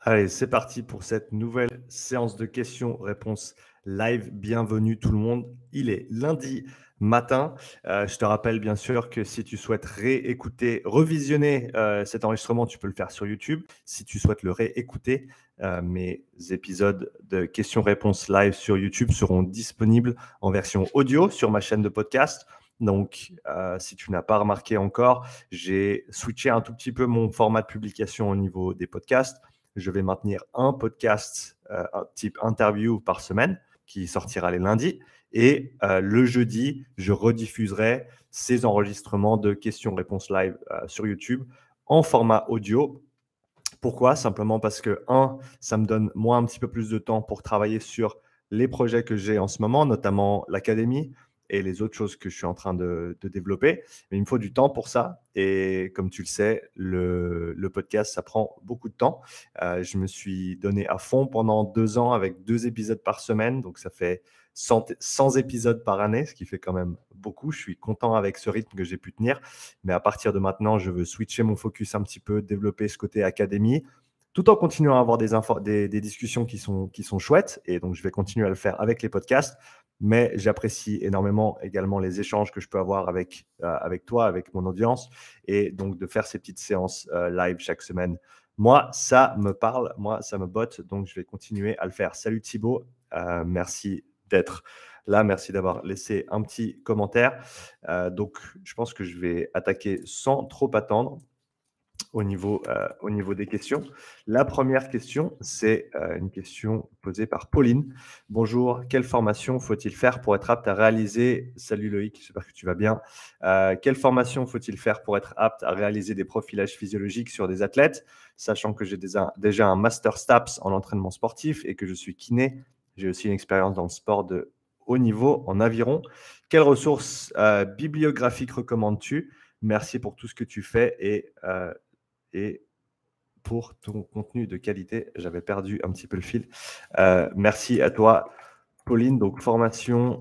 Allez, c'est parti pour cette nouvelle séance de questions-réponses live. Bienvenue tout le monde. Il est lundi matin. Je te rappelle bien sûr que si tu souhaites réécouter, revisionner cet enregistrement, tu peux le faire sur YouTube. Si tu souhaites le réécouter, mes épisodes de questions-réponses live sur YouTube seront disponibles en version audio sur ma chaîne de podcast. Donc, si tu n'as pas remarqué encore, j'ai switché un tout petit peu mon format de publication au niveau des podcasts. Je vais maintenir un podcast un type interview par semaine qui sortira les lundis. Et le jeudi, je rediffuserai ces enregistrements de questions-réponses live sur YouTube en format audio. Pourquoi? Simplement parce que, ça me donne moi un petit peu plus de temps pour travailler sur les projets que j'ai en ce moment, notamment l'académie et les autres choses que je suis en train de développer. Mais il me faut du temps pour ça. Et comme tu le sais, le podcast, ça prend beaucoup de temps. Je me suis donné à fond pendant 2 ans avec 2 épisodes par semaine. Donc, ça fait 100 épisodes par année, ce qui fait quand même beaucoup. Je suis content avec ce rythme que j'ai pu tenir. Mais à partir de maintenant, je veux switcher mon focus un petit peu, développer ce côté académie, tout en continuant à avoir des discussions qui sont chouettes. Et donc, je vais continuer à le faire avec les podcasts. Mais j'apprécie énormément également les échanges que je peux avoir avec toi, avec mon audience. Et donc, de faire ces petites séances live chaque semaine. Moi, ça me parle, moi, ça me botte. Donc, je vais continuer à le faire. Salut Thibaut, merci d'être là. Merci d'avoir laissé un petit commentaire. Donc, je pense que je vais attaquer sans trop attendre au niveau des questions. La première question, c'est une question posée par Pauline. Bonjour, quelle formation faut-il faire pour être apte à réaliser... Salut Loïc, j'espère que tu vas bien. Quelle formation faut-il faire pour être apte à réaliser des profilages physiologiques sur des athlètes, sachant que j'ai déjà un master STAPS en entraînement sportif et que je suis kiné. J'ai aussi une expérience dans le sport de haut niveau en aviron. Quelles ressources bibliographiques recommandes-tu? Merci pour tout ce que tu fais et pour ton contenu de qualité. J'avais perdu un petit peu le fil. Merci à toi, Pauline. Donc, formation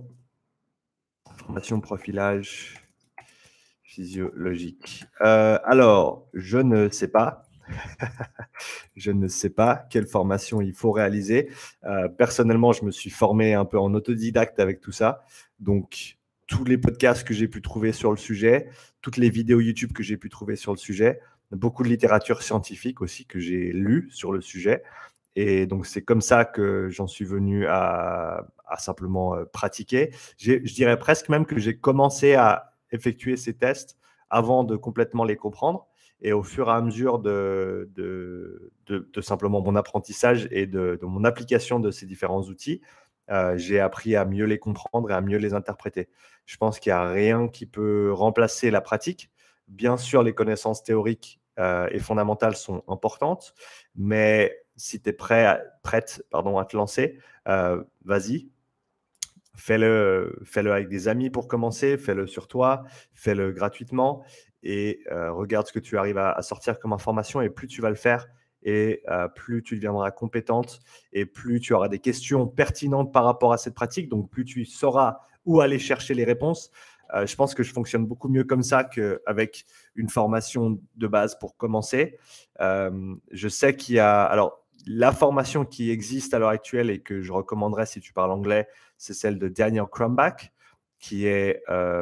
profilage physiologique. Alors, je ne sais pas. Je ne sais pas quelle formation il faut réaliser. Personnellement, je me suis formé un peu en autodidacte avec tout ça. Donc, tous les podcasts que j'ai pu trouver sur le sujet, toutes les vidéos YouTube que j'ai pu trouver sur le sujet, beaucoup de littérature scientifique aussi que j'ai lu sur le sujet. Et donc, c'est comme ça que j'en suis venu à simplement pratiquer. Je dirais presque même que j'ai commencé à effectuer ces tests avant de complètement les comprendre. Et au fur et à mesure de simplement mon apprentissage et de mon application de ces différents outils, j'ai appris à mieux les comprendre et à mieux les interpréter. Je pense qu'il n'y a rien qui peut remplacer la pratique. Bien sûr, les connaissances théoriques et fondamentales sont importantes, mais si tu es prête à te lancer, vas-y, fais-le avec des amis pour commencer, fais-le sur toi, fais-le gratuitement et regarde ce que tu arrives à sortir comme information. Et plus tu vas le faire, et plus tu deviendras compétente et plus tu auras des questions pertinentes par rapport à cette pratique. Donc, plus tu sauras où aller chercher les réponses. Je pense que je fonctionne beaucoup mieux comme ça qu'avec une formation de base pour commencer. Je sais qu'il y a... Alors, la formation qui existe à l'heure actuelle et que je recommanderais si tu parles anglais, c'est celle de Daniel Crumbach, qui est,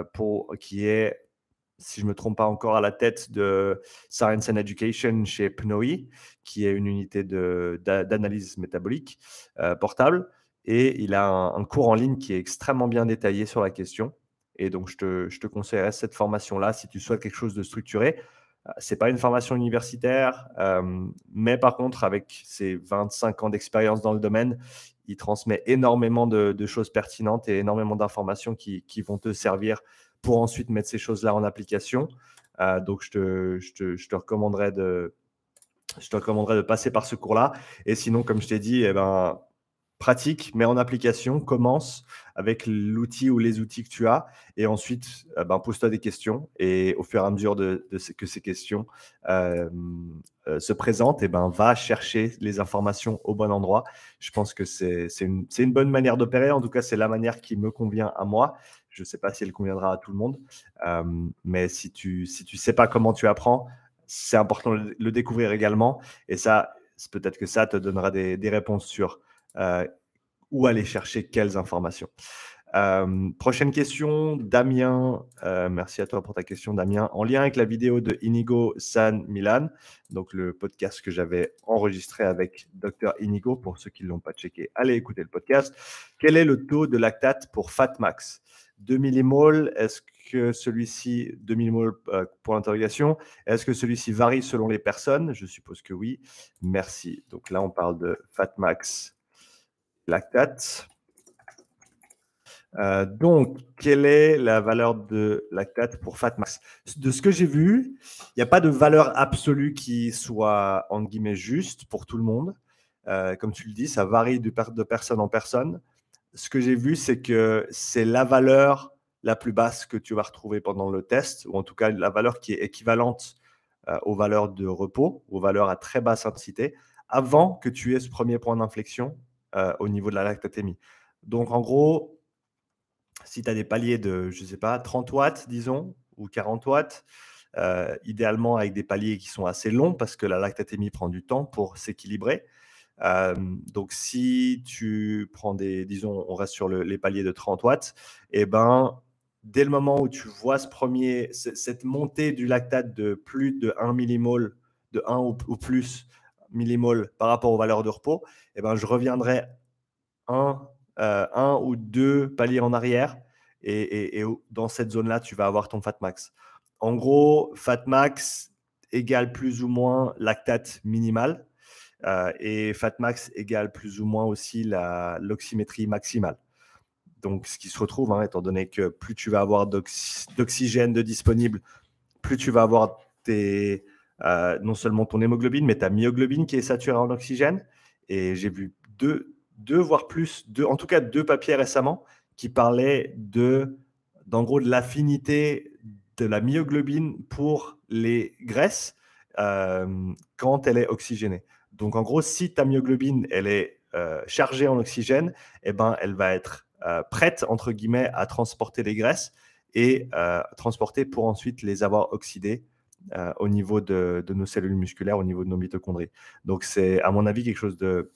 si je ne me trompe pas encore, à la tête de Science and Education chez PNOE, qui est une unité d'analyse métabolique portable. Et il a un cours en ligne qui est extrêmement bien détaillé sur la question. Et donc, je te conseillerais cette formation-là si tu souhaites quelque chose de structuré. Ce n'est pas une formation universitaire, mais par contre, avec ses 25 ans d'expérience dans le domaine, il transmet énormément de choses pertinentes et énormément d'informations qui vont te servir pour ensuite mettre ces choses-là en application. Donc, je te recommanderais de passer par ce cours-là. Et sinon, comme je t'ai dit, eh ben, pratique, mets en application, commence avec l'outil ou les outils que tu as et ensuite, pose-toi des questions et au fur et à mesure que ces questions se présentent, va chercher les informations au bon endroit. Je pense que c'est une bonne manière d'opérer. En tout cas, c'est la manière qui me convient à moi. Je ne sais pas si elle conviendra à tout le monde, mais si tu sais pas comment tu apprends, c'est important de le découvrir également. Et ça, peut-être que ça te donnera des réponses sur où aller chercher quelles informations. Prochaine question, Damien. Merci à toi pour ta question, Damien. En lien avec la vidéo de Inigo San Milan, donc le podcast que j'avais enregistré avec Dr Inigo, pour ceux qui ne l'ont pas checké, allez écouter le podcast. Quel est le taux de lactate pour Fatmax? 2 millimoles, est-ce que celui-ci, 2 millimoles pour l'interrogation, est-ce que celui-ci varie selon les personnes? Je suppose que oui. Merci. Donc là, on parle de Fatmax lactate. Donc, quelle est la valeur de lactate pour Fatmax? De ce que j'ai vu, il n'y a pas de valeur absolue qui soit, entre guillemets, juste pour tout le monde. Comme tu le dis, ça varie de personne en personne. Ce que j'ai vu, c'est que c'est la valeur la plus basse que tu vas retrouver pendant le test, ou en tout cas la valeur qui est équivalente aux valeurs de repos, aux valeurs à très basse intensité, avant que tu aies ce premier point d'inflexion au niveau de la lactatémie. Donc, en gros, si tu as des paliers de, je ne sais pas, 30 watts, disons, ou 40 watts, idéalement avec des paliers qui sont assez longs parce que la lactatémie prend du temps pour s'équilibrer. Donc, si tu prends disons, on reste sur les paliers de 30 watts, et ben, dès le moment où tu vois cette montée du lactate de plus de 1 millimole, de 1 ou plus millimole par rapport aux valeurs de repos, et ben, je reviendrai un ou deux paliers en arrière. Et dans cette zone-là, tu vas avoir ton Fatmax. En gros, Fatmax égale plus ou moins lactate minimal. Et Fatmax égale plus ou moins aussi l'oxymétrie maximale. Donc, ce qui se retrouve, hein, étant donné que plus tu vas avoir d'oxygène de disponible, plus tu vas avoir non seulement ton hémoglobine, mais ta myoglobine qui est saturée en oxygène. Et j'ai vu deux, voire plus, en tout cas deux papiers récemment qui parlaient d'en gros, de l'affinité de la myoglobine pour les graisses quand elle est oxygénée. Donc, en gros, si ta myoglobine elle est chargée en oxygène, eh ben, elle va être prête, entre guillemets, à transporter les graisses et transporter pour ensuite les avoir oxydées au niveau de nos cellules musculaires, au niveau de nos mitochondries. Donc, c'est, à mon avis, quelque chose de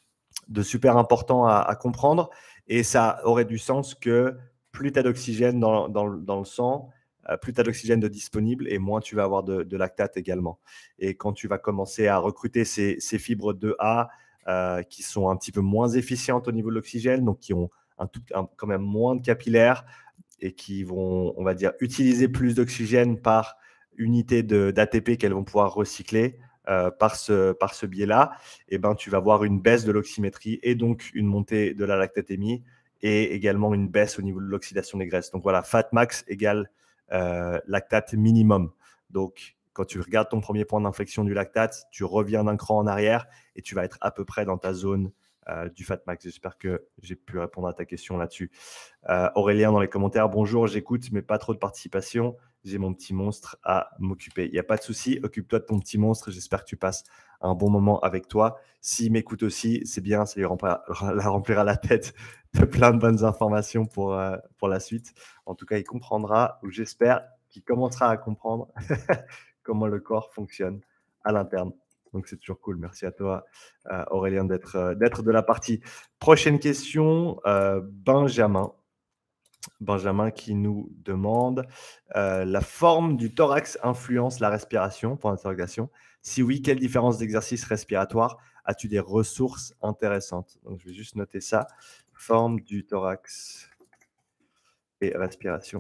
super important à comprendre. Et ça aurait du sens que plus tu as d'oxygène dans le sang, plus tu as d'oxygène de disponible et moins tu vas avoir de lactate également. Et quand tu vas commencer à recruter ces fibres 2A qui sont un petit peu moins efficientes au niveau de l'oxygène, donc qui ont quand même moins de capillaires et qui vont, on va dire, utiliser plus d'oxygène par unité d'ATP qu'elles vont pouvoir recycler, par ce biais-là, eh ben, tu vas voir une baisse de l'oxymétrie et donc une montée de la lactatémie et également une baisse au niveau de l'oxydation des graisses. Donc voilà, Fatmax égale lactate minimum. Donc, quand tu regardes ton premier point d'inflexion du lactate, tu reviens d'un cran en arrière et tu vas être à peu près dans ta zone du Fatmax. J'espère que j'ai pu répondre à ta question là-dessus. Aurélien dans les commentaires, bonjour, j'écoute, mais pas trop de participation. J'ai mon petit monstre à m'occuper. Il n'y a pas de souci, occupe-toi de ton petit monstre. J'espère que tu passes un bon moment avec toi. S'il m'écoute aussi, c'est bien, ça lui remplira la tête de plein de bonnes informations pour la suite. En tout cas, il comprendra, ou j'espère qu'il commencera à comprendre comment le corps fonctionne à l'interne. Donc, c'est toujours cool. Merci à toi, Aurélien, d'être de la partie. Prochaine question, Benjamin. Benjamin qui nous demande la forme du thorax influence la respiration, point d'interrogation. Si oui, quelle différence d'exercice respiratoire? As-tu des ressources intéressantes? Donc, je vais juste noter ça. Forme du thorax et respiration.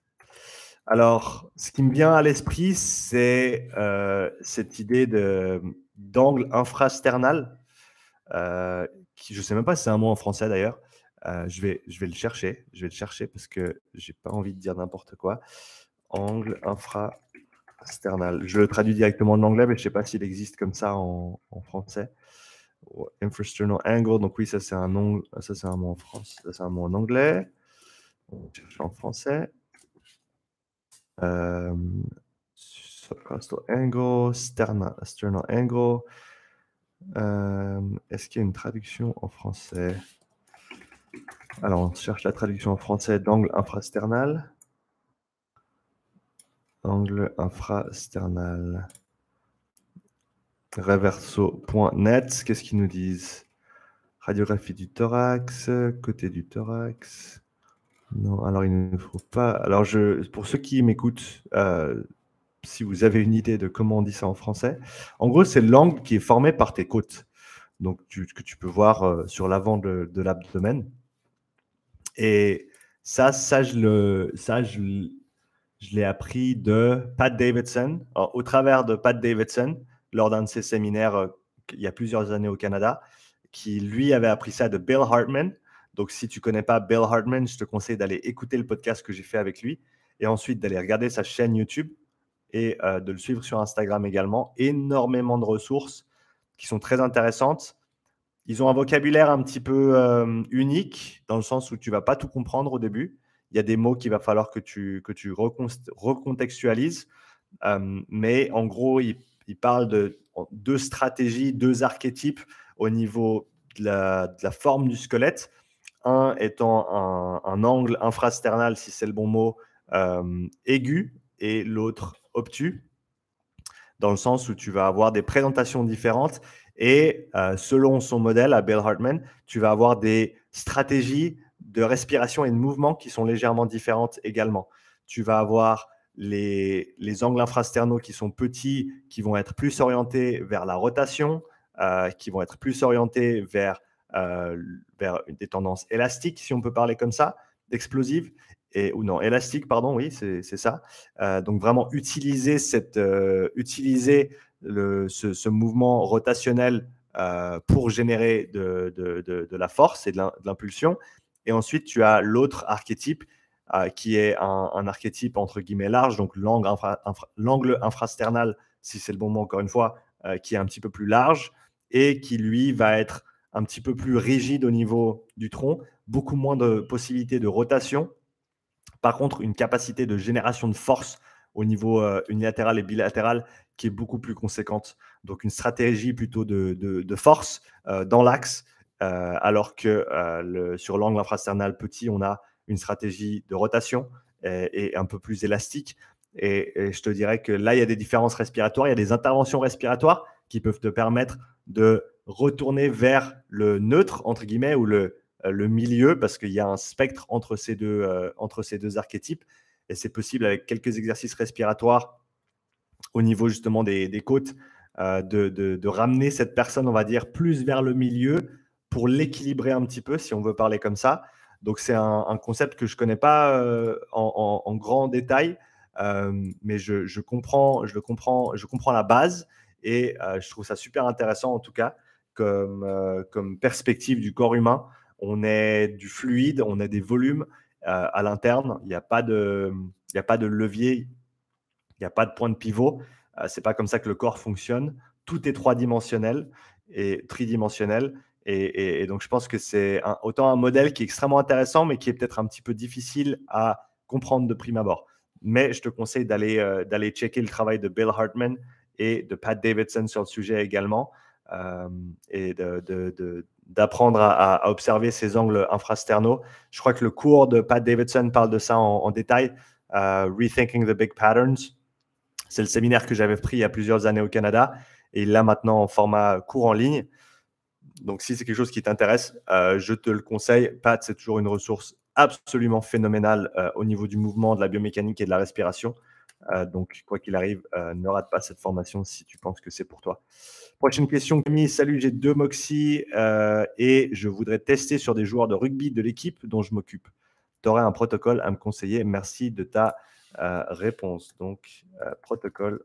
Alors, ce qui me vient à l'esprit, c'est cette idée d'angle infrasternal, qui, je ne sais même pas si c'est un mot en français d'ailleurs. Je vais le chercher. Je vais le chercher parce que j'ai pas envie de dire n'importe quoi. Angle infrasternal. Je le traduis directement en anglais, mais je ne sais pas s'il existe comme ça en français. Infrasternal angle. Donc oui, ça c'est un angle. Ça c'est un mot en France. Ça c'est un mot en anglais. On va chercher en français. Subcostal angle, sternal angle. Est-ce qu'il y a une traduction en français? Alors, on cherche la traduction en français d'angle infrasternal. Angle infrasternal. Reverso.net, qu'est-ce qu'ils nous disent? Radiographie du thorax, côté du thorax. Non, alors il ne faut pas. Alors, pour ceux qui m'écoutent, si vous avez une idée de comment on dit ça en français, en gros, c'est l'angle qui est formé par tes côtes. Donc, que tu peux voir sur l'avant de l'abdomen. Et ça, je l'ai appris de Pat Davidson. Alors, au travers de Pat Davidson, lors d'un de ses séminaires il y a plusieurs années au Canada, qui lui avait appris ça de Bill Hartman. Donc, si tu ne connais pas Bill Hartman, je te conseille d'aller écouter le podcast que j'ai fait avec lui et ensuite d'aller regarder sa chaîne YouTube et de le suivre sur Instagram également. Énormément de ressources qui sont très intéressantes. Ils ont un vocabulaire un petit peu unique dans le sens où tu ne vas pas tout comprendre au début. Il y a des mots qu'il va falloir que tu recontextualises. Mais en gros, il parle de deux stratégies, deux archétypes au niveau de la forme du squelette. Un étant un angle infrasternal, si c'est le bon mot, aigu, et l'autre obtus, dans le sens où tu vas avoir des présentations différentes et selon son modèle à Bill Hartman, tu vas avoir des stratégies de respiration et de mouvement qui sont légèrement différentes également. Tu vas avoir les angles infrasternaux qui sont petits, qui vont être plus orientés vers la rotation, qui vont être plus orientés vers des tendances élastiques, si on peut parler comme ça, d'explosives, ou non, élastique, pardon, oui, c'est ça. Donc vraiment utiliser ce mouvement rotationnel pour générer de la force et de l'impulsion. Et ensuite, tu as l'autre archétype qui est un archétype entre guillemets large, donc l'angle infrasternal, si c'est le bon mot encore une fois, qui est un petit peu plus large et qui lui va être un petit peu plus rigide au niveau du tronc, beaucoup moins de possibilités de rotation. Par contre, une capacité de génération de force au niveau unilatéral et bilatéral qui est beaucoup plus conséquente. Donc, une stratégie plutôt de force dans l'axe, alors que sur l'angle infrasternal petit, on a une stratégie de rotation et un peu plus élastique. Et je te dirais que là, il y a des différences respiratoires, il y a des interventions respiratoires qui peuvent te permettre de retourner vers le neutre, entre guillemets, ou le milieu, parce qu'il y a un spectre entre ces deux archétypes. Et c'est possible avec quelques exercices respiratoires au niveau justement des côtes, de ramener cette personne, on va dire, plus vers le milieu pour l'équilibrer un petit peu, si on veut parler comme ça. Donc, c'est un concept que je ne connais pas en grand détail, mais je comprends la base et je trouve ça super intéressant en tout cas comme perspective du corps humain. On est du fluide, on est des volumes à l'interne. Il n'y a pas de levier, il n'y a pas de point de pivot. C'est pas comme ça que le corps fonctionne. Tout est trois-dimensionnel et tridimensionnel. Et donc, je pense que c'est autant un modèle qui est extrêmement intéressant, mais qui est peut-être un petit peu difficile à comprendre de prime abord. Mais je te conseille d'aller checker le travail de Bill Hartman et de Pat Davidson sur le sujet également, et d'apprendre à observer ces angles infrasternaux. Je crois que le cours de Pat Davidson parle de ça en détail, Rethinking the Big Patterns. C'est le séminaire que j'avais pris il y a plusieurs années au Canada et il l'a maintenant en format cours en ligne. Donc, si c'est quelque chose qui t'intéresse, je te le conseille. Pat, c'est toujours une ressource absolument phénoménale au niveau du mouvement, de la biomécanique et de la respiration. Donc, quoi qu'il arrive, ne rate pas cette formation si tu penses que c'est pour toi. Prochaine question, Camille. Salut, j'ai 2 Moxie et je voudrais tester sur des joueurs de rugby de l'équipe dont je m'occupe. Tu aurais un protocole à me conseiller? Merci de ta réponse. Donc, protocole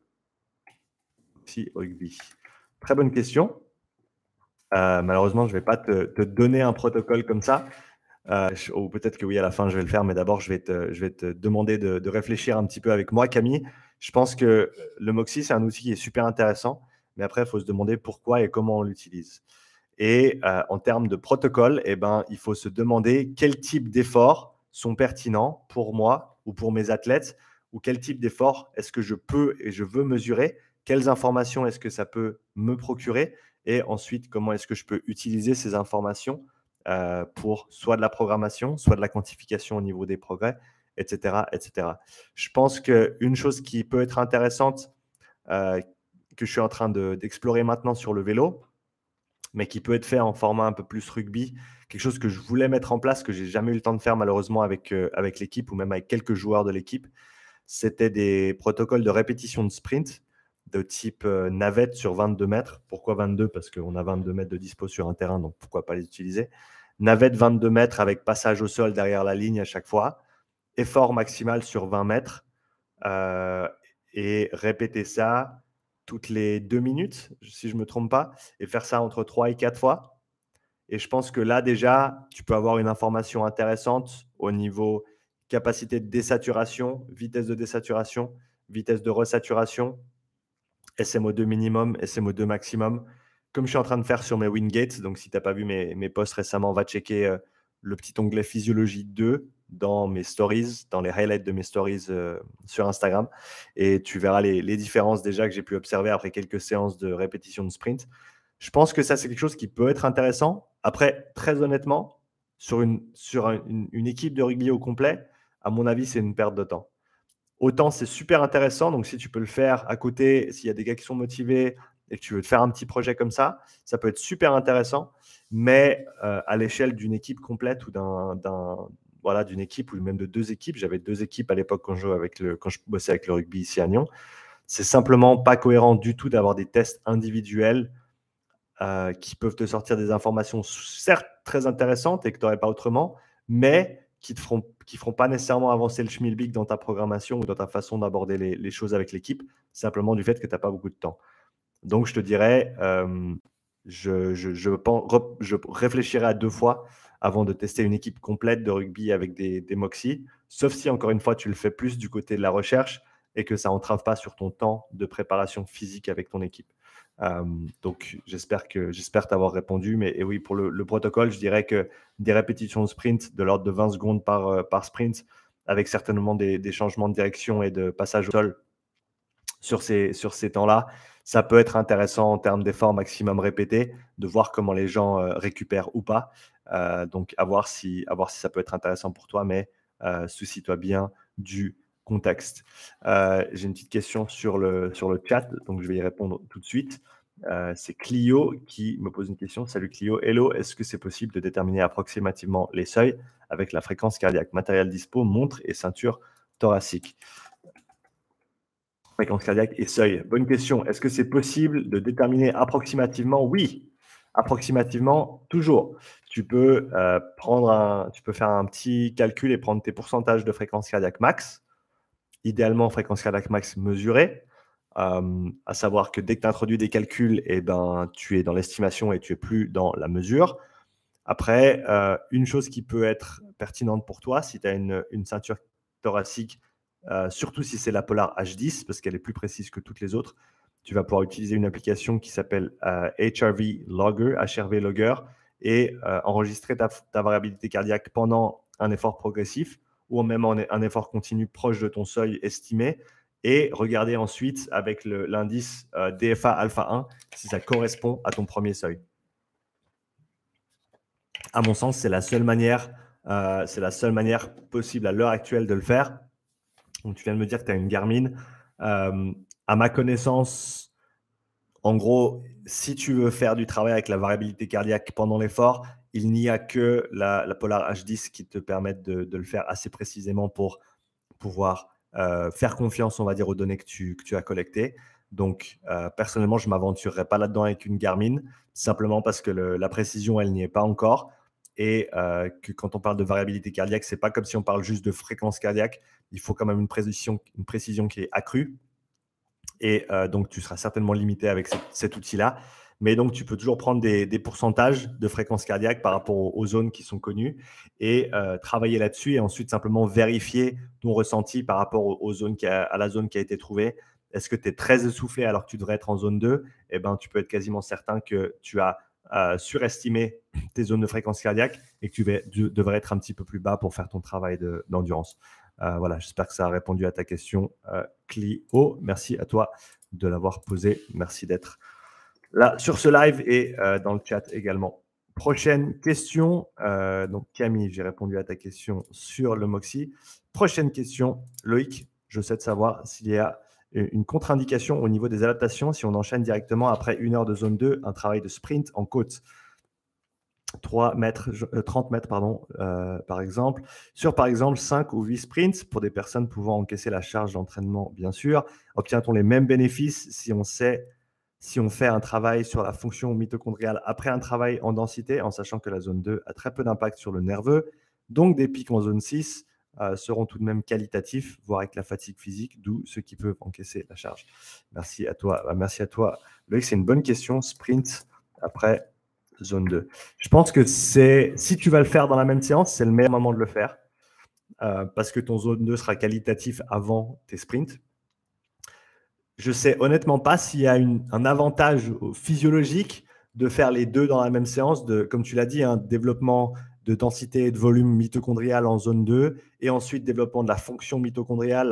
Moxie rugby. Très bonne question. Malheureusement, je ne vais pas te donner un protocole comme ça. Ou peut-être que oui, à la fin, je vais le faire, mais d'abord, je vais te demander de réfléchir un petit peu avec moi, Camille. Je pense que le Moxie, c'est un outil qui est super intéressant, mais après, il faut se demander pourquoi et comment on l'utilise. Et en termes de protocole, eh ben, il faut se demander quel type d'efforts sont pertinents pour moi ou pour mes athlètes, ou quel type d'efforts est-ce que je peux et je veux mesurer, quelles informations est-ce que ça peut me procurer, et ensuite, comment est-ce que je peux utiliser ces informations pour soit de la programmation, soit de la quantification au niveau des progrès, etc. etc. Je pense qu'une chose qui peut être intéressante, que je suis en train d'explorer maintenant sur le vélo, mais qui peut être fait en format un peu plus rugby. Quelque chose que je voulais mettre en place, que j'ai jamais eu le temps de faire malheureusement avec l'équipe ou même avec quelques joueurs de l'équipe. C'était des protocoles de répétition de sprint de type navette sur 22 mètres. Pourquoi 22? Parce qu'on a 22 mètres de dispo sur un terrain, donc pourquoi pas les utiliser. Navette 22 mètres avec passage au sol derrière la ligne à chaque fois. Effort maximal sur 20 mètres. Et répéter ça toutes les 2 minutes, si je ne me trompe pas, et faire ça entre 3 et 4 fois. Et je pense que là, déjà, tu peux avoir une information intéressante au niveau capacité de désaturation, vitesse de désaturation, vitesse de resaturation, SMO2 minimum, SMO2 maximum, comme je suis en train de faire sur mes Wingates. Donc, si tu n'as pas vu mes posts récemment, va checker le petit onglet Physiologie 2 dans mes stories, dans les highlights de mes stories sur Instagram. Et tu verras les différences déjà que j'ai pu observer après quelques séances de répétition de sprint. Je pense que ça, c'est quelque chose qui peut être intéressant. Après, très honnêtement, sur une équipe de rugby au complet, à mon avis, c'est une perte de temps. Autant c'est super intéressant, donc si tu peux le faire à côté, s'il y a des gars qui sont motivés et que tu veux te faire un petit projet comme ça peut être super intéressant. Mais à l'échelle d'une équipe complète ou d'une équipe ou même de 2 équipes, j'avais 2 équipes à l'époque quand je bossais avec le rugby ici à Nyon, c'est simplement pas cohérent du tout d'avoir des tests individuels qui peuvent te sortir des informations certes très intéressantes et que tu n'aurais pas autrement, mais qui feront pas nécessairement avancer le schmilblick dans ta programmation ou dans ta façon d'aborder les choses avec l'équipe, simplement du fait que tu n'as pas beaucoup de temps. Donc, je te dirais, je réfléchirais à 2 fois avant de tester une équipe complète de rugby avec des Moxie, sauf si, encore une fois, tu le fais plus du côté de la recherche et que ça entrave pas sur ton temps de préparation physique avec ton équipe. Donc, j'espère t'avoir répondu. Mais et oui, pour le protocole, je dirais que des répétitions de sprint de l'ordre de 20 secondes par sprint, avec certainement des changements de direction et de passage au sol sur ces temps-là, ça peut être intéressant en termes d'efforts maximum répétés, de voir comment les gens récupèrent ou pas. Donc, à voir si ça peut être intéressant pour toi, mais soucie-toi bien du contexte. J'ai une petite question sur le chat, donc je vais y répondre tout de suite. C'est Clio qui me pose une question. Salut Clio. Hello, est-ce que c'est possible de déterminer approximativement les seuils avec la fréquence cardiaque, matériel dispo, montre et ceinture thoracique? Fréquence cardiaque et seuil. Bonne question. Est-ce que c'est possible de déterminer approximativement? Oui, approximativement, toujours. Tu peux faire un petit calcul et prendre tes pourcentages de fréquence cardiaque max, idéalement fréquence cardiaque max mesurée, à savoir que dès que tu introduis des calculs, tu es dans l'estimation et tu es plus dans la mesure. Après, une chose qui peut être pertinente pour toi, si tu as une ceinture thoracique, surtout si c'est la Polar H10, parce qu'elle est plus précise que toutes les autres, tu vas pouvoir utiliser une application qui s'appelle HRV Logger, et enregistrer ta variabilité cardiaque pendant un effort progressif ou même un effort continu proche de ton seuil estimé, et regarder ensuite avec l'indice DFA alpha 1 si ça correspond à ton premier seuil. À mon sens, c'est la seule manière possible à l'heure actuelle de le faire. Donc, tu viens de me dire que tu as une Garmin. À ma connaissance, en gros, si tu veux faire du travail avec la variabilité cardiaque pendant l'effort, il n'y a que la Polar H10 qui te permette de le faire assez précisément pour pouvoir faire confiance, on va dire, aux données que tu as collectées. Donc, personnellement, je ne m'aventurerai pas là-dedans avec une Garmin, simplement parce que la précision, elle n'y est pas encore. Et que quand on parle de variabilité cardiaque, ce n'est pas comme si on parle juste de fréquence cardiaque. Il faut quand même une précision qui est accrue. Et donc, tu seras certainement limité avec cet outil-là. Mais donc, tu peux toujours prendre des pourcentages de fréquence cardiaque par rapport aux zones qui sont connues et travailler là-dessus et ensuite simplement vérifier ton ressenti par rapport à la zone qui a été trouvée. Est-ce que tu es très essoufflé alors que tu devrais être en zone 2? Eh ben, tu peux être quasiment certain que tu as surestimé tes zones de fréquence cardiaque et que tu devrais être un petit peu plus bas pour faire ton travail d'endurance. Voilà, j'espère que ça a répondu à ta question, Clio. Merci à toi de l'avoir posé. Merci d'être là sur ce live et dans le chat également. Prochaine question. Donc, Camille, j'ai répondu à ta question sur le Moxie. Prochaine question, Loïc. Je souhaite savoir s'il y a une contre-indication au niveau des adaptations si on enchaîne directement après 1 heure de zone 2, un travail de sprint en côte. 30 mètres, par exemple, sur par exemple 5 ou 8 sprints pour des personnes pouvant encaisser la charge d'entraînement, bien sûr. Obtient-on les mêmes bénéfices si on fait un travail sur la fonction mitochondriale après un travail en densité, en sachant que la zone 2 a très peu d'impact sur le nerveux. Donc, des pics en zone 6 seront tout de même qualitatifs, voire avec la fatigue physique, d'où ceux qui peuvent encaisser la charge. Merci à toi. Merci à toi, Loïc. C'est une bonne question. Sprint après zone 2. Je pense que si tu vas le faire dans la même séance, c'est le meilleur moment de le faire parce que ton zone 2 sera qualitatif avant tes sprints. Je ne sais honnêtement pas s'il y a un avantage physiologique de faire les deux dans la même séance, comme tu l'as dit, un développement de densité et de volume mitochondrial en zone 2 et ensuite développement de la fonction mitochondriale,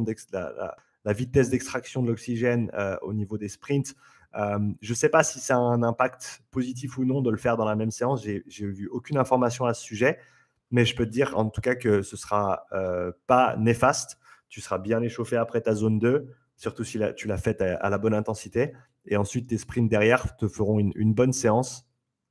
la vitesse d'extraction de l'oxygène au niveau des sprints. Je ne sais pas si ça a un impact positif ou non de le faire dans la même séance. J'ai vu aucune information à ce sujet, mais je peux te dire en tout cas que ce ne sera pas néfaste. Tu seras bien échauffé après ta zone 2, surtout si tu l'as faite à la bonne intensité. Et ensuite, tes sprints derrière te feront une bonne séance.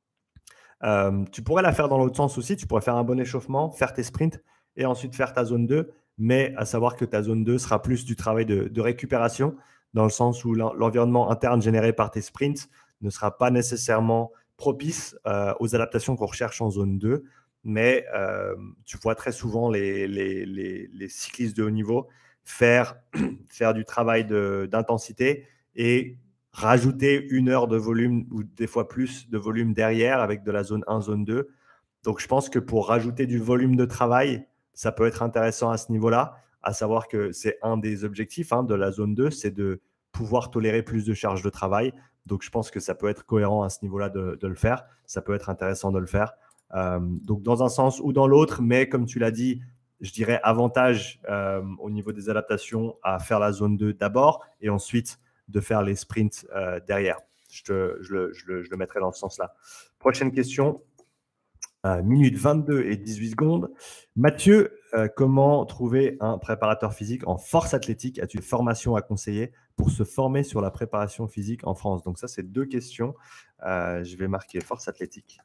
Tu pourrais la faire dans l'autre sens aussi. Tu pourrais faire un bon échauffement, faire tes sprints et ensuite faire ta zone 2. Mais à savoir que ta zone 2 sera plus du travail de récupération, dans le sens où l'environnement interne généré par tes sprints ne sera pas nécessairement propice aux adaptations qu'on recherche en zone 2. Mais tu vois très souvent les cyclistes de haut niveau faire du travail d'intensité et rajouter 1 heure de volume ou des fois plus de volume derrière avec de la zone 1, zone 2. Donc, je pense que pour rajouter du volume de travail, ça peut être intéressant à ce niveau-là, à savoir que c'est un des objectifs de la zone 2, c'est de pouvoir tolérer plus de charge de travail. Donc, je pense que ça peut être cohérent à ce niveau-là de le faire. Ça peut être intéressant de le faire. Donc, dans un sens ou dans l'autre, mais comme tu l'as dit, je dirais avantage au niveau des adaptations à faire la zone 2 d'abord et ensuite de faire les sprints derrière. Je le mettrai dans ce sens-là. Prochaine question. Minute 22 et 18 secondes. Mathieu, comment trouver un préparateur physique en force athlétique? As-tu une formation à conseiller pour se former sur la préparation physique en France? Donc ça, c'est 2 questions. Je vais marquer force athlétique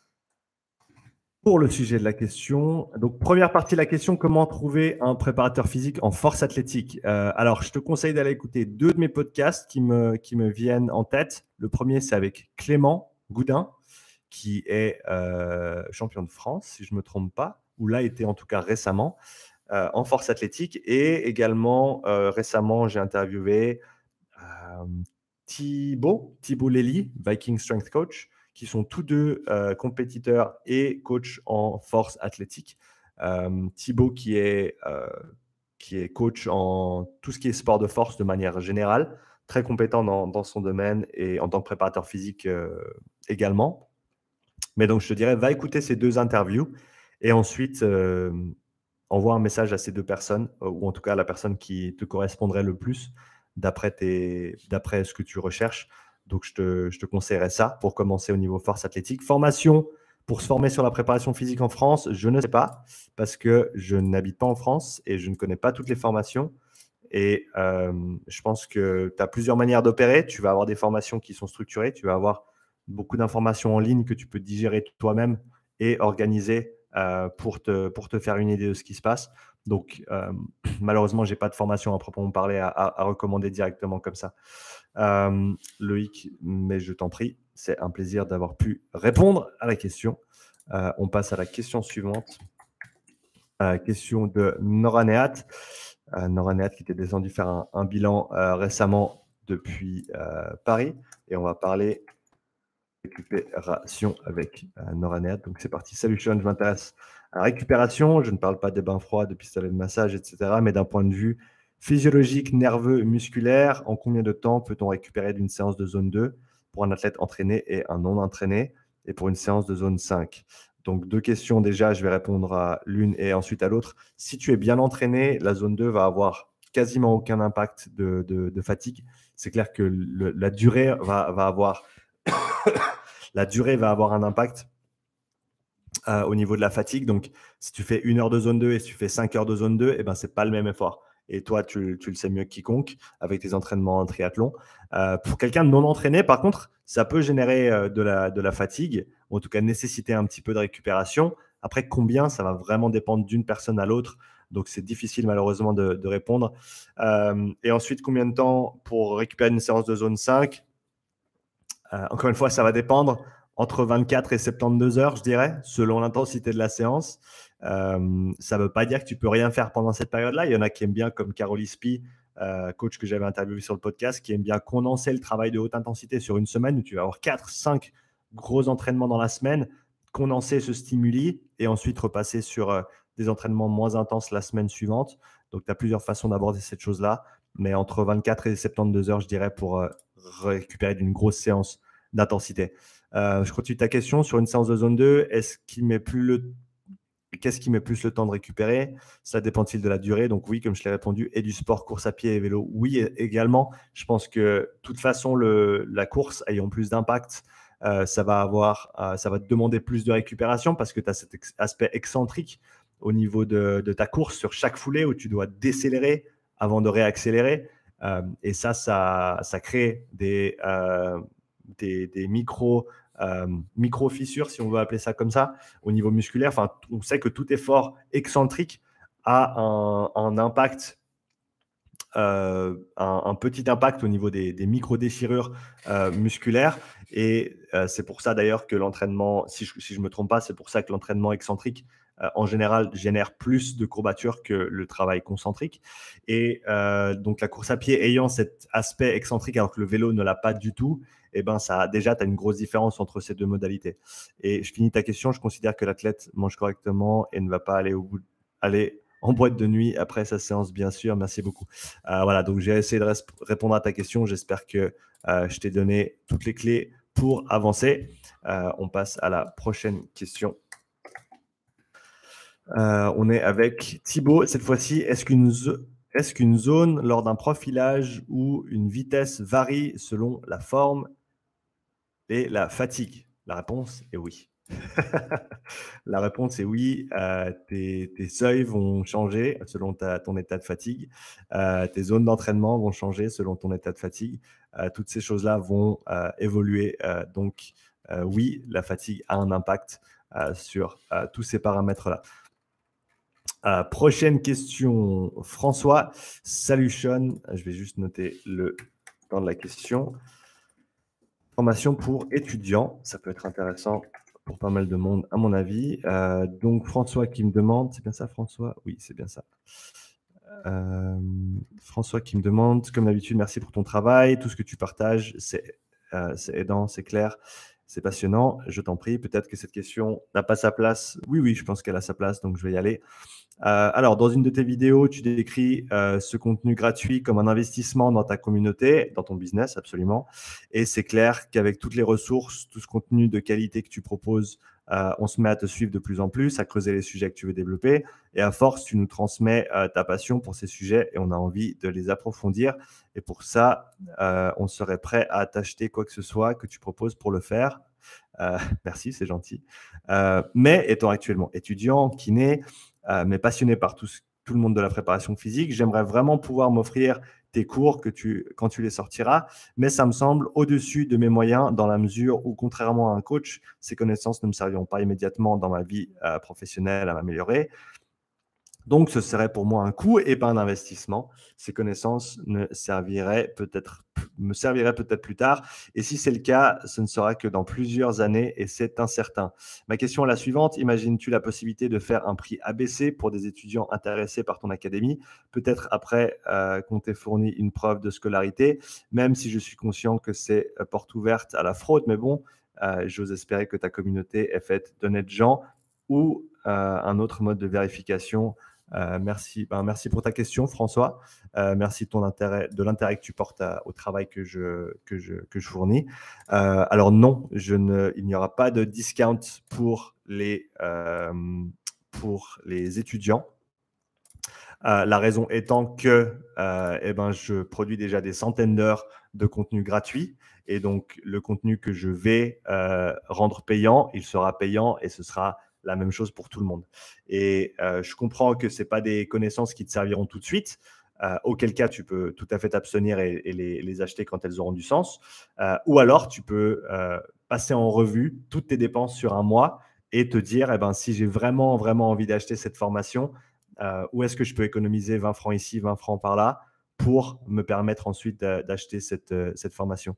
pour le sujet de la question. Donc, première partie de la question, comment trouver un préparateur physique en force athlétique? Alors, je te conseille d'aller écouter 2 de mes podcasts qui me viennent en tête. Le premier, c'est avec Clément Goudin, qui est champion de France, si je ne me trompe pas, ou l'a été en tout cas récemment, en force athlétique. Et également, récemment, j'ai interviewé Thibaut Lely, Viking Strength Coach, qui sont tous deux compétiteurs et coach en force athlétique. Thibaut qui est coach en tout ce qui est sport de force de manière générale, très compétent dans son domaine et en tant que préparateur physique également. Mais donc, je te dirais, va écouter ces 2 interviews et ensuite envoie un message à ces 2 personnes, ou en tout cas à la personne qui te correspondrait le plus d'après ce que tu recherches. Donc, je te conseillerais ça pour commencer au niveau force athlétique. Formation pour se former sur la préparation physique en France, je ne sais pas parce que je n'habite pas en France et je ne connais pas toutes les formations. Et je pense que tu as plusieurs manières d'opérer. Tu vas avoir des formations qui sont structurées. Tu vas avoir beaucoup d'informations en ligne que tu peux digérer toi-même et organiser pour te faire une idée de ce qui se passe. Donc, malheureusement, je n'ai pas de formation à proprement parler à recommander directement comme ça. Loïc, mais je t'en prie, c'est un plaisir d'avoir pu répondre à la question. On passe à la question suivante. Question de Noraneat. Noraneat qui était descendu faire un bilan récemment depuis Paris. Et on va parler récupération avec Noraneat. Donc c'est parti. Salut Sean, je m'intéresse à la récupération. Je ne parle pas des bains froids, de pistolets de massage, etc. Mais d'un point de vue physiologique, nerveux, musculaire, en combien de temps peut-on récupérer d'une séance de zone 2 pour un athlète entraîné et un non entraîné et pour une séance de zone 5? Donc 2 questions déjà, je vais répondre à l'une et ensuite à l'autre. Si tu es bien entraîné, la zone 2 va avoir quasiment aucun impact de fatigue. C'est clair que la durée va avoir la durée va avoir un impact au niveau de la fatigue. Donc, si tu fais 1 heure de zone 2 et si tu fais 5 heures de zone 2, eh ben, ce n'est pas le même effort. et toi, tu le sais mieux que quiconque avec tes entraînements en triathlon. Pour quelqu'un de non entraîné, par contre, ça peut générer de la fatigue, ou en tout cas nécessiter un petit peu de récupération. Après, combien, ça va vraiment dépendre d'une personne à l'autre. Donc, c'est difficile malheureusement de répondre. Et ensuite, combien de temps pour récupérer une séance de zone 5? Encore une fois, ça va dépendre entre 24 et 72 heures, je dirais, selon l'intensité de la séance. Ça ne veut pas dire que tu peux rien faire pendant cette période-là. Il y en a qui aiment bien, comme Carol Ispi, coach que j'avais interviewé sur le podcast, qui aime bien condenser le travail de haute intensité sur une semaine où tu vas avoir 4, 5 gros entraînements dans la semaine, condenser ce stimuli et ensuite repasser sur des entraînements moins intenses la semaine suivante. Donc, tu as plusieurs façons d'aborder cette chose-là, mais entre 24 et 72 heures, je dirais, pour récupérer d'une grosse séance d'intensité. Je continue ta question sur une séance de zone 2. Qu'est-ce qui met plus le temps de récupérer? Ça dépend-il de la durée? Donc oui, comme je l'ai répondu, et du sport, course à pied et vélo, oui également. Je pense que de toute façon, la course ayant plus d'impact, ça va te demander plus de récupération parce que tu as cet aspect excentrique au niveau de ta course sur chaque foulée où tu dois décélérer avant de réaccélérer. Et ça crée des micro-fissures, si on veut appeler ça comme ça, au niveau musculaire. Enfin, on sait que tout effort excentrique a un impact, un petit impact au niveau des micro-déchirures musculaires. Et c'est pour ça d'ailleurs que l'entraînement, si je ne me trompe pas, c'est pour ça que l'entraînement excentrique, en général, génère plus de courbatures que le travail concentrique. Et donc, la course à pied ayant cet aspect excentrique alors que le vélo ne l'a pas du tout, eh ben, tu as une grosse différence entre ces deux modalités. Et je finis ta question. Je considère que l'athlète mange correctement et ne va pas aller en boîte de nuit après sa séance, bien sûr. Merci beaucoup. Voilà, donc j'ai essayé de répondre à ta question. J'espère que je t'ai donné toutes les clés pour avancer. On passe à la prochaine question. On est avec Thibaut. Cette fois-ci, est-ce qu'une zone lors d'un profilage ou une vitesse varie selon la forme et la fatigue? La réponse est oui. La réponse est oui. Tes seuils vont changer selon ton état de fatigue. Tes zones d'entraînement vont changer selon ton état de fatigue. Toutes ces choses-là vont évoluer. Donc, oui, la fatigue a un impact sur tous ces paramètres-là. Prochaine question, François. Salut Sean. Je vais juste noter le temps de la question. Formation pour étudiants, ça peut être intéressant pour pas mal de monde, à mon avis. Donc, François qui me demande, c'est bien ça, François? Oui, c'est bien ça. François qui me demande, comme d'habitude, merci pour ton travail, tout ce que tu partages, c'est aidant, c'est clair, c'est passionnant. Je t'en prie, peut-être que cette question n'a pas sa place. Oui, je pense qu'elle a sa place, donc je vais y aller. Alors, dans une de tes vidéos, tu décris ce contenu gratuit comme un investissement dans ta communauté, dans ton business, absolument. Et c'est clair qu'avec toutes les ressources, tout ce contenu de qualité que tu proposes, on se met à te suivre de plus en plus, à creuser les sujets que tu veux développer. Et à force, tu nous transmets ta passion pour ces sujets et on a envie de les approfondir. Et pour ça, on serait prêt à t'acheter quoi que ce soit que tu proposes pour le faire. Merci, c'est gentil. Mais étant actuellement étudiant, kiné, mais passionné par tout le monde de la préparation physique, j'aimerais vraiment pouvoir m'offrir tes cours quand tu les sortiras, mais ça me semble au-dessus de mes moyens dans la mesure où, contrairement à un coach, ces connaissances ne me serviront pas immédiatement dans ma vie professionnelle à m'améliorer. Donc, ce serait pour moi un coût et pas un investissement. Ces connaissances me serviraient peut-être plus tard. Et si c'est le cas, ce ne sera que dans plusieurs années et c'est incertain. Ma question est la suivante. Imagines-tu la possibilité de faire un prix ABC pour des étudiants intéressés par ton académie, peut-être après qu'on t'ait fourni une preuve de scolarité, même si je suis conscient que c'est porte ouverte à la fraude. Mais bon, j'ose espérer que ta communauté est faite d'honnêtes gens ou un autre mode de vérification. Merci pour ta question, François. Merci de l'intérêt que tu portes au travail que je fournis. Alors non, il n'y aura pas de discount pour les étudiants. La raison étant que je produis déjà des centaines d'heures de contenu gratuit. Et donc, le contenu que je vais rendre payant, il sera payant et ce sera la même chose pour tout le monde. Et je comprends que ce n'est pas des connaissances qui te serviront tout de suite. auquel cas tu peux tout à fait t'abstenir et les acheter quand elles auront du sens. Ou alors, tu peux passer en revue toutes tes dépenses sur un mois et te dire, eh ben, si j'ai vraiment, vraiment envie d'acheter cette formation, où est-ce que je peux économiser 20 francs ici, 20 francs par là pour me permettre ensuite d'acheter cette formation.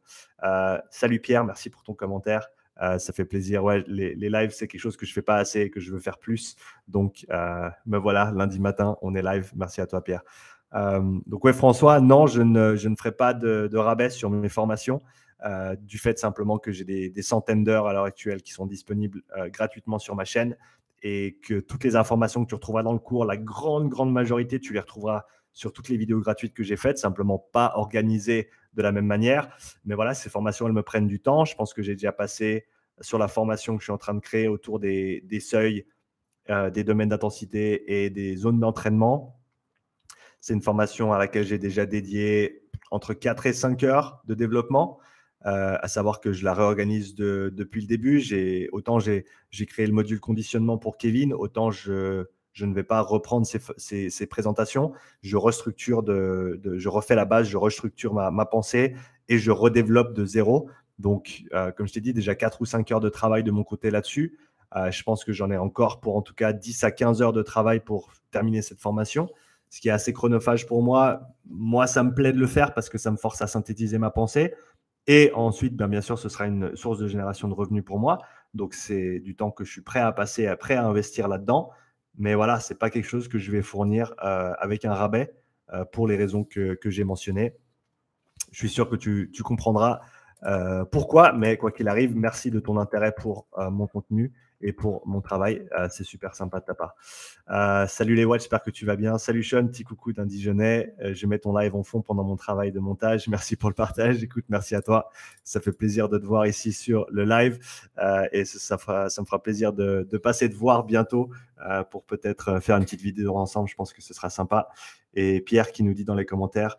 Salut Pierre, merci pour ton commentaire. Ça fait plaisir. Ouais, les lives, c'est quelque chose que je ne fais pas assez et que je veux faire plus. Donc, me voilà, lundi matin, on est live. Merci à toi, Pierre. Donc, ouais, François, non, je ne ferai pas de rabais sur mes formations. Du fait simplement que j'ai des centaines d'heures à l'heure actuelle qui sont disponibles gratuitement sur ma chaîne et que toutes les informations que tu retrouveras dans le cours, la grande majorité, tu les retrouveras sur toutes les vidéos gratuites que j'ai faites, simplement pas organisées de la même manière. Mais voilà, ces formations, elles me prennent du temps. Je pense que j'ai déjà passé sur la formation que je suis en train de créer autour des seuils, des domaines d'intensité et des zones d'entraînement. C'est une formation à laquelle j'ai déjà dédié entre 4 et 5 heures de développement, à savoir que je la réorganise depuis le début. Autant j'ai créé le module conditionnement pour Kevin, autant je ne vais pas reprendre ces présentations. Je restructure, je refais la base, je restructure ma pensée et je redéveloppe de zéro. Donc, comme je t'ai dit, déjà 4 ou 5 heures de travail de mon côté là-dessus. Je pense que j'en ai encore pour en tout cas 10 à 15 heures de travail pour terminer cette formation, ce qui est assez chronophage pour moi. Moi, ça me plaît de le faire parce que ça me force à synthétiser ma pensée. Et ensuite, bien sûr, ce sera une source de génération de revenus pour moi. Donc, c'est du temps que je suis prêt à passer, prêt à investir là-dedans. Mais voilà, ce n'est pas quelque chose que je vais fournir avec un rabais pour les raisons que j'ai mentionnées. Je suis sûr que tu comprendras pourquoi, mais quoi qu'il arrive, merci de ton intérêt pour mon contenu et pour mon travail. C'est super sympa de ta part. Salut les watts, j'espère que tu vas bien. Salut Sean, petit coucou d'un Dijonais. Je mets ton live en fond pendant mon travail de montage. Merci pour le partage. Écoute, merci à toi. Ça fait plaisir de te voir ici sur le live et ça me fera plaisir de passer te voir bientôt pour peut-être faire une petite vidéo ensemble. Je pense que ce sera sympa. Et Pierre qui nous dit dans les commentaires,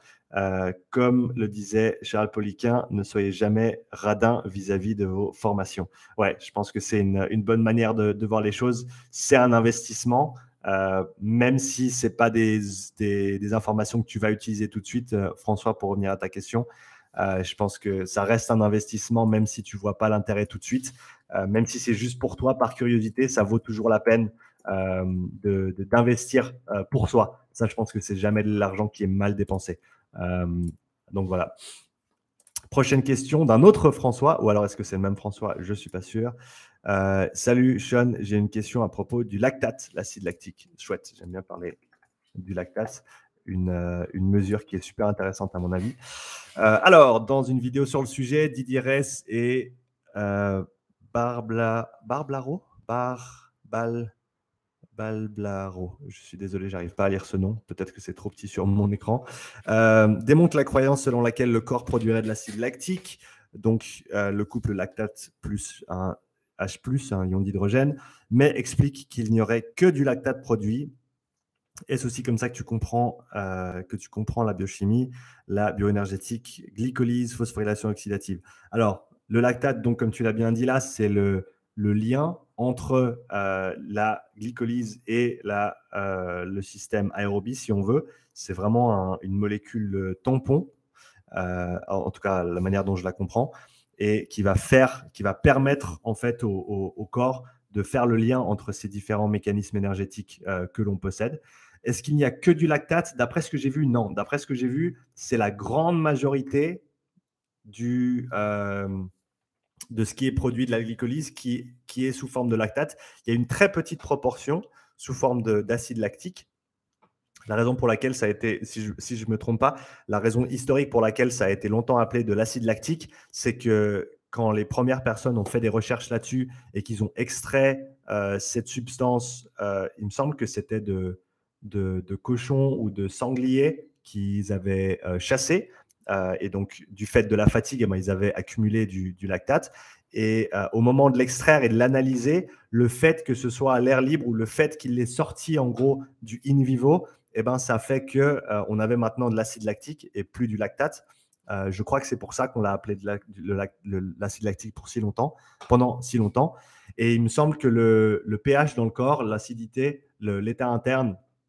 comme le disait Charles Poliquin, ne soyez jamais radin vis-à-vis de vos formations. Ouais, je pense que c'est une bonne manière de voir les choses. C'est un investissement. Même si ce n'est pas des informations que tu vas utiliser tout de suite, François, pour revenir à ta question, je pense que ça reste un investissement, même si tu ne vois pas l'intérêt tout de suite. Même si c'est juste pour toi, par curiosité, ça vaut toujours la peine d'investir pour soi. Ça, je pense que c'est jamais de l'argent qui est mal dépensé. Donc voilà. Prochaine question d'un autre François, ou alors est-ce que c'est le même François? Je ne suis pas sûr. Salut Sean, j'ai une question à propos du lactate, l'acide lactique. Chouette, j'aime bien parler du lactate, une mesure qui est super intéressante à mon avis. Alors, dans une vidéo sur le sujet, Didier Ress et Balblaro, je suis désolé, j'arrive pas à lire ce nom. Peut-être que c'est trop petit sur mon écran. Démontre la croyance selon laquelle le corps produirait de l'acide lactique. Donc, le couple lactate plus un H+, un ion d'hydrogène, mais explique qu'il n'y aurait que du lactate produit. Est-ce aussi comme ça que tu comprends la biochimie, la bioénergétique, glycolyse, phosphorylation oxydative? Alors, le lactate, donc, comme tu l'as bien dit là, c'est le lien entre la glycolyse et le système aérobie, si on veut. C'est vraiment une molécule tampon, en tout cas la manière dont je la comprends, et qui va permettre en fait au corps de faire le lien entre ces différents mécanismes énergétiques que l'on possède. Est-ce qu'il n'y a que du lactate? D'après ce que j'ai vu, non. D'après ce que j'ai vu, c'est la grande majorité de ce qui est produit de la glycolyse qui est sous forme de lactate. Il y a une très petite proportion sous forme d'acide lactique. La raison pour laquelle ça a été, si je me trompe pas, la raison historique pour laquelle ça a été longtemps appelé de l'acide lactique, c'est que quand les premières personnes ont fait des recherches là-dessus et qu'ils ont extrait cette substance, il me semble que c'était de cochons ou de sangliers qu'ils avaient chassé. Et donc, du fait de la fatigue, eh ben, ils avaient accumulé du lactate. Et au moment de l'extraire et de l'analyser, le fait que ce soit à l'air libre ou le fait qu'il l'ait sorti en gros du in vivo, eh ben, ça fait qu'on avait maintenant de l'acide lactique et plus du lactate. Je crois que c'est pour ça qu'on l'a appelé l'acide lactique pendant si longtemps. Et il me semble que le pH dans le corps, l'acidité, l'état interne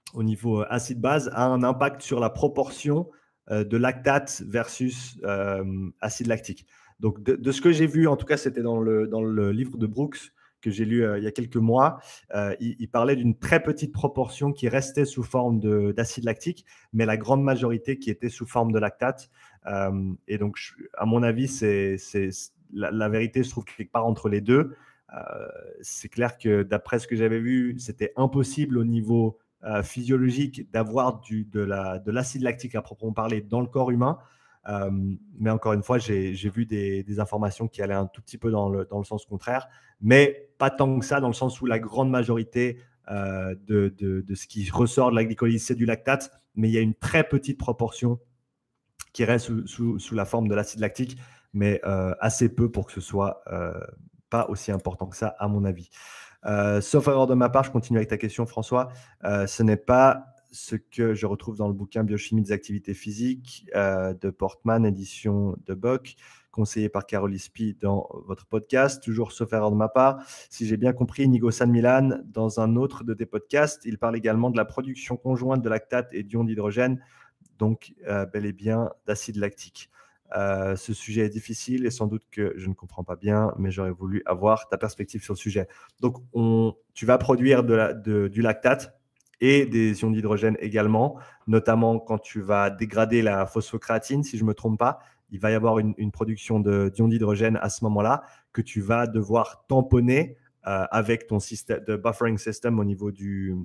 au niveau acide-base a un impact sur la proportion de lactate versus acide lactique. Donc, de ce que j'ai vu, en tout cas, c'était dans le livre de Brooks que j'ai lu il y a quelques mois, il parlait d'une très petite proportion qui restait sous forme d'acide lactique, mais la grande majorité qui était sous forme de lactate. Et donc, à mon avis, la vérité se trouve quelque part entre les deux. C'est clair que d'après ce que j'avais vu, c'était impossible au niveau physiologique d'avoir de l'acide lactique à proprement parler dans le corps humain. Mais encore une fois, j'ai vu des informations qui allaient un tout petit peu dans le sens contraire, mais pas tant que ça, dans le sens où la grande majorité de ce qui ressort de la glycolyse, c'est du lactate, mais il y a une très petite proportion qui reste sous la forme de l'acide lactique, mais assez peu pour que ce soit pas aussi important que ça, à mon avis. Sauf erreur de ma part, je continue avec ta question, François. Ce n'est pas ce que je retrouve dans le bouquin Biochimie des activités physiques de Portman, édition de Bock, conseillé par Carol Ispi dans votre podcast. Toujours sauf erreur de ma part. Si j'ai bien compris, Inigo San Milan, dans un autre de tes podcasts, il parle également de la production conjointe de lactate et d'ion d'hydrogène, donc bel et bien d'acide lactique. Ce sujet est difficile et sans doute que je ne comprends pas bien, mais j'aurais voulu avoir ta perspective sur le sujet. Donc, tu vas produire du lactate et des ions d'hydrogène également, notamment quand tu vas dégrader la phosphocréatine, si je ne me trompe pas. Il va y avoir une production d'ions d'hydrogène à ce moment-là que tu vas devoir tamponner avec ton système de buffering system au niveau du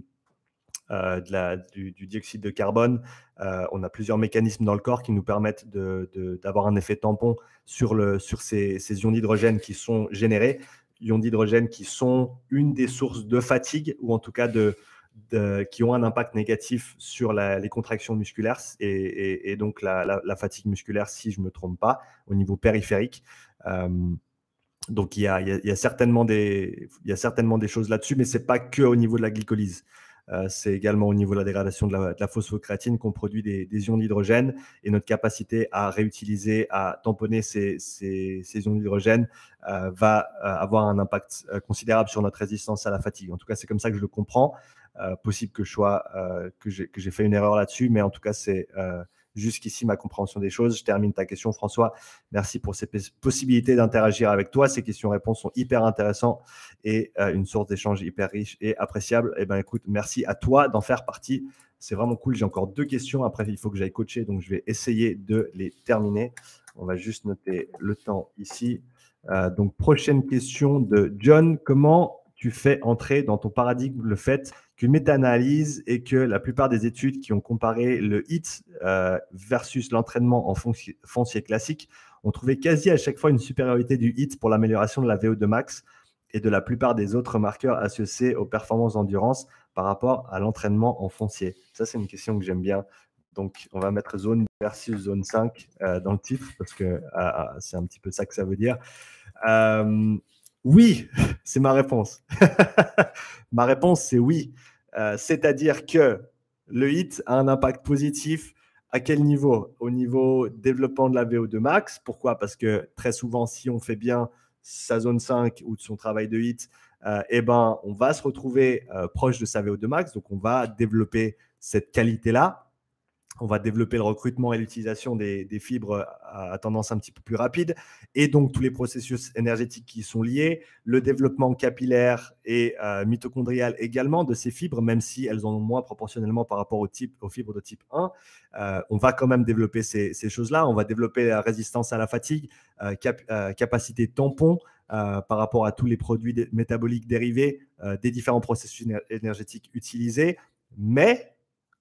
dioxyde de carbone. On a plusieurs mécanismes dans le corps qui nous permettent d'avoir un effet tampon sur ces ions d'hydrogène qui sont générés. Ions d'hydrogène qui sont une des sources de fatigue, ou en tout cas qui ont un impact négatif sur les contractions musculaires et donc la fatigue musculaire, si je ne me trompe pas, au niveau périphérique. Donc, il y a certainement des choses là-dessus, mais ce n'est pas que au niveau de la glycolyse. C'est également au niveau de la dégradation de la phosphocréatine qu'on produit des ions d'hydrogène, et notre capacité à réutiliser, à tamponner ces ions d'hydrogène va avoir un impact considérable sur notre résistance à la fatigue. En tout cas, c'est comme ça que je le comprends. Possible que j'ai fait une erreur là-dessus, mais en tout cas, c'est jusqu'ici ma compréhension des choses. Je termine ta question, François. Merci pour ces possibilités d'interagir avec toi. Ces questions-réponses sont hyper intéressantes et une source d'échange hyper riche et appréciable. Eh ben, écoute, merci à toi d'en faire partie. C'est vraiment cool. J'ai encore 2 questions. Après, il faut que j'aille coacher, donc je vais essayer de les terminer. On va juste noter le temps ici. Donc, prochaine question de John. Comment tu fais entrer dans ton paradigme le fait qu'une méta-analyse et que la plupart des études qui ont comparé le HIIT versus l'entraînement en foncier classique ont trouvé quasi à chaque fois une supériorité du HIIT pour l'amélioration de la VO2 max et de la plupart des autres marqueurs associés aux performances d'endurance par rapport à l'entraînement en foncier? Ça, c'est une question que j'aime bien. Donc, on va mettre zone versus zone 5 dans le titre parce que c'est un petit peu ça que ça veut dire. Oui, c'est ma réponse. Ma réponse, c'est oui. C'est-à-dire que le HIIT a un impact positif à quel niveau? Au niveau développement de la VO2 max. Pourquoi? Parce que très souvent, si on fait bien sa zone 5 ou de son travail de HIIT, eh ben, on va se retrouver proche de sa VO2 max. Donc, on va développer cette qualité-là. On va développer le recrutement et l'utilisation des fibres à tendance un petit peu plus rapide, et donc tous les processus énergétiques qui sont liés, le développement capillaire et mitochondrial également de ces fibres, même si elles en ont moins proportionnellement par rapport aux fibres de type 1. On va quand même développer ces choses-là. On va développer la résistance à la fatigue, capacité tampon par rapport à tous les produits métaboliques dérivés des différents processus énergétiques utilisés. Mais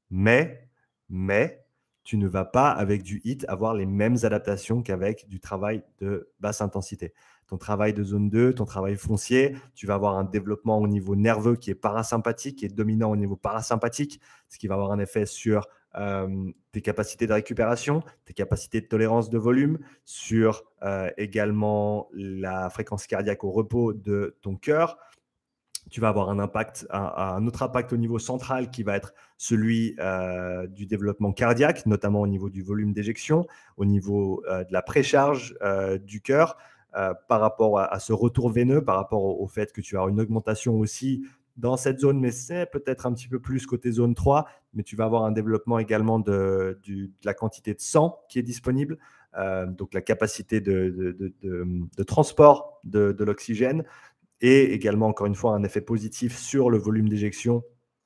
tu ne vas pas, avec du HIIT, avoir les mêmes adaptations qu'avec du travail de basse intensité. Ton travail de zone 2, ton travail foncier, tu vas avoir un développement au niveau nerveux qui est parasympathique, qui est dominant au niveau parasympathique, ce qui va avoir un effet sur tes capacités de récupération, tes capacités de tolérance de volume, sur également la fréquence cardiaque au repos de ton cœur. Tu vas avoir un autre impact au niveau central qui va être celui du développement cardiaque, notamment au niveau du volume d'éjection, au niveau de la précharge du cœur, par rapport à ce retour veineux, par rapport au fait que tu as une augmentation aussi dans cette zone, mais c'est peut-être un petit peu plus côté zone 3, mais tu vas avoir un développement également de la quantité de sang qui est disponible, donc la capacité de transport de l'oxygène et également, encore une fois, un effet positif sur le volume d'éjection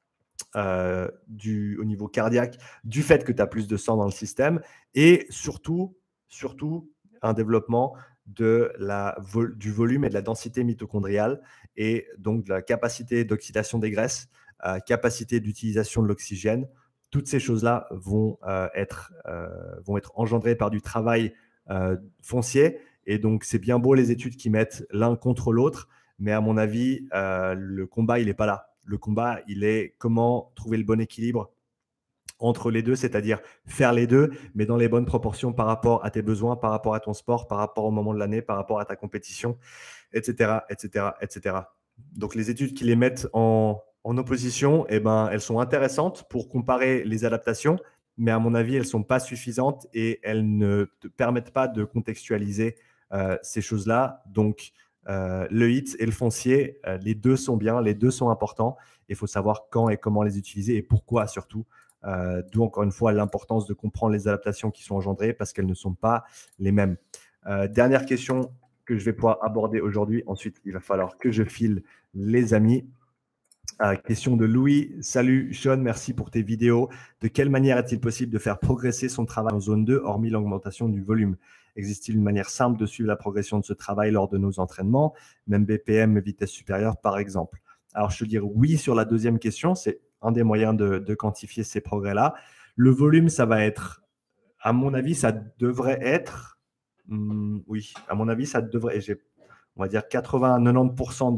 au niveau cardiaque, du fait que tu as plus de sang dans le système et surtout un développement du volume et de la densité mitochondriale et donc de la capacité d'oxydation des graisses, capacité d'utilisation de l'oxygène. Toutes ces choses-là vont être engendrées par du travail foncier. Et donc, c'est bien beau les études qui mettent l'un contre l'autre, mais à mon avis, le combat, il n'est pas là. Le combat, il est comment trouver le bon équilibre entre les deux, c'est-à-dire faire les deux, mais dans les bonnes proportions par rapport à tes besoins, par rapport à ton sport, par rapport au moment de l'année, par rapport à ta compétition, etc., etc., etc. Donc, les études qui les mettent en opposition, eh ben, elles sont intéressantes pour comparer les adaptations, mais à mon avis, elles ne sont pas suffisantes et elles ne te permettent pas de contextualiser ces choses-là. Donc, le HIIT et le foncier, les deux sont bien, les deux sont importants. Il faut savoir quand et comment les utiliser et pourquoi surtout. D'où encore une fois l'importance de comprendre les adaptations qui sont engendrées parce qu'elles ne sont pas les mêmes. Dernière question que je vais pouvoir aborder aujourd'hui. Ensuite, il va falloir que je file les amis. Question de Louis. Salut Sean, merci pour tes vidéos. De quelle manière est-il possible de faire progresser son travail en zone 2, hormis l'augmentation du volume? Existe-t-il une manière simple de suivre la progression de ce travail lors de nos entraînements, même BPM, vitesse supérieure par exemple? Alors, je te dire oui sur la deuxième question. C'est un des moyens de quantifier ces progrès-là. Le volume, ça va être, à mon avis, ça devrait être, oui, à mon avis, ça devrait, j'ai, on va dire 80-90%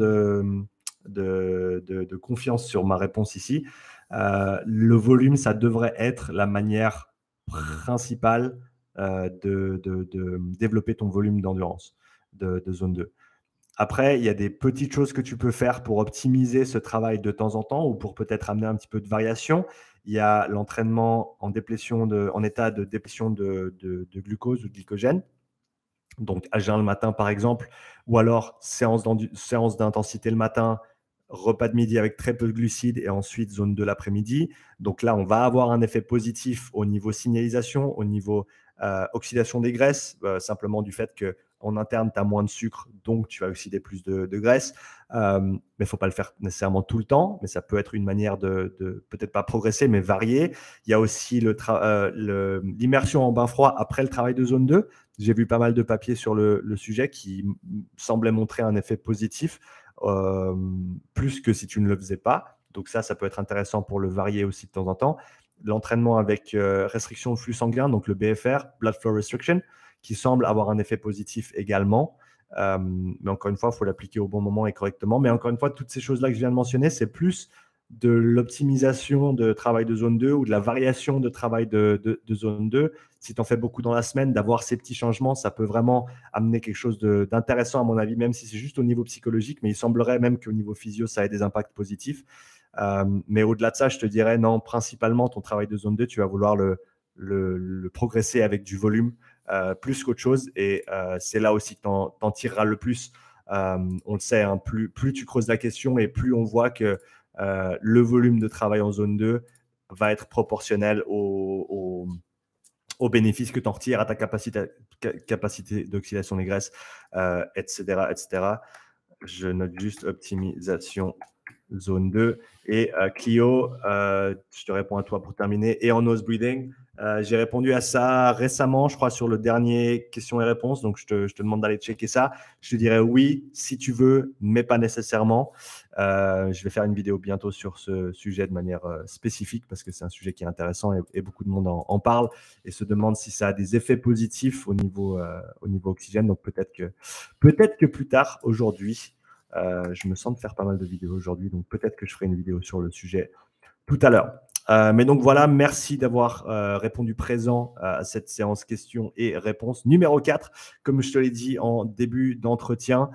de confiance sur ma réponse ici. Le volume, ça devrait être la manière principale de développer ton volume d'endurance de zone 2. Après, il y a des petites choses que tu peux faire pour optimiser ce travail de temps en temps ou pour peut-être amener un petit peu de variation. Il y a l'entraînement en état de déplétion de glucose ou de glycogène. Donc, à jeun le matin, par exemple, ou alors séance d'intensité le matin, repas de midi avec très peu de glucides et ensuite zone de l'après-midi. Donc là, on va avoir un effet positif au niveau signalisation, au niveau oxydation des graisses, simplement du fait qu'en interne, tu as moins de sucre, donc tu vas oxyder plus de graisse. Mais il ne faut pas le faire nécessairement tout le temps, mais ça peut être une manière de peut-être pas progresser, mais varier. Il y a aussi l'immersion en bain froid après le travail de zone 2. J'ai vu pas mal de papiers sur le sujet qui semblaient montrer un effet positif, plus que si tu ne le faisais pas. Donc ça peut être intéressant pour le varier aussi de temps en temps. L'entraînement avec restriction de flux sanguin, donc le BFR, Blood Flow Restriction, qui semble avoir un effet positif également. Mais encore une fois, il faut l'appliquer au bon moment et correctement. Mais encore une fois, toutes ces choses-là que je viens de mentionner, c'est plus de l'optimisation de travail de zone 2 ou de la variation de travail de zone 2. Si tu en fais beaucoup dans la semaine, d'avoir ces petits changements, ça peut vraiment amener quelque chose d'intéressant à mon avis, même si c'est juste au niveau psychologique, mais il semblerait même qu'au niveau physio, ça ait des impacts positifs. Mais au-delà de ça, je te dirais, non, principalement, ton travail de zone 2, tu vas vouloir le progresser avec du volume plus qu'autre chose. Et c'est là aussi que tu en tireras le plus. On le sait, hein, plus tu creuses la question et plus on voit que le volume de travail en zone 2 va être proportionnel aux bénéfices que tu en retires, à ta capacité d'oxydation des graisses, etc., etc. Je note juste optimisation zone 2. Et Clio, je te réponds à toi pour terminer. Et en nose breathing, j'ai répondu à ça récemment, je crois, sur le dernier questions et réponses. Donc, je te demande d'aller checker ça. Je te dirais oui, si tu veux, mais pas nécessairement. Je vais faire une vidéo bientôt sur ce sujet de manière spécifique parce que c'est un sujet qui est intéressant et beaucoup de monde en parle et se demande si ça a des effets positifs au niveau oxygène. Donc, peut-être que plus tard, aujourd'hui, je me sens de faire pas mal de vidéos aujourd'hui, donc peut-être que je ferai une vidéo sur le sujet tout à l'heure. Mais donc voilà, merci d'avoir répondu présent à cette séance questions et réponses numéro 4. Comme je te l'ai dit en début d'entretien,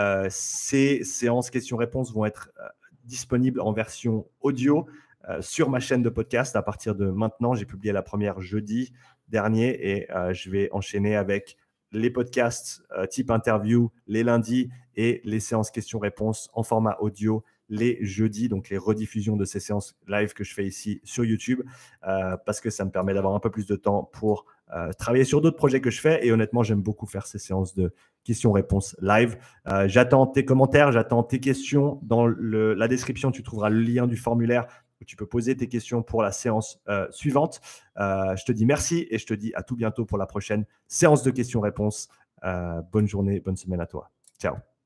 ces séances questions-réponses vont être disponibles en version audio sur ma chaîne de podcast à partir de maintenant. J'ai publié la première jeudi dernier et je vais enchaîner avec les podcasts type interview les lundis et les séances questions-réponses en format audio les jeudis, donc les rediffusions de ces séances live que je fais ici sur YouTube, parce que ça me permet d'avoir un peu plus de temps pour travailler sur d'autres projets que je fais. Et honnêtement, j'aime beaucoup faire ces séances de questions-réponses live. J'attends tes commentaires, j'attends tes questions. Dans la description, tu trouveras le lien du formulaire où tu peux poser tes questions pour la séance suivante. Je te dis merci et je te dis à tout bientôt pour la prochaine séance de questions-réponses. Bonne journée, bonne semaine à toi. Ciao.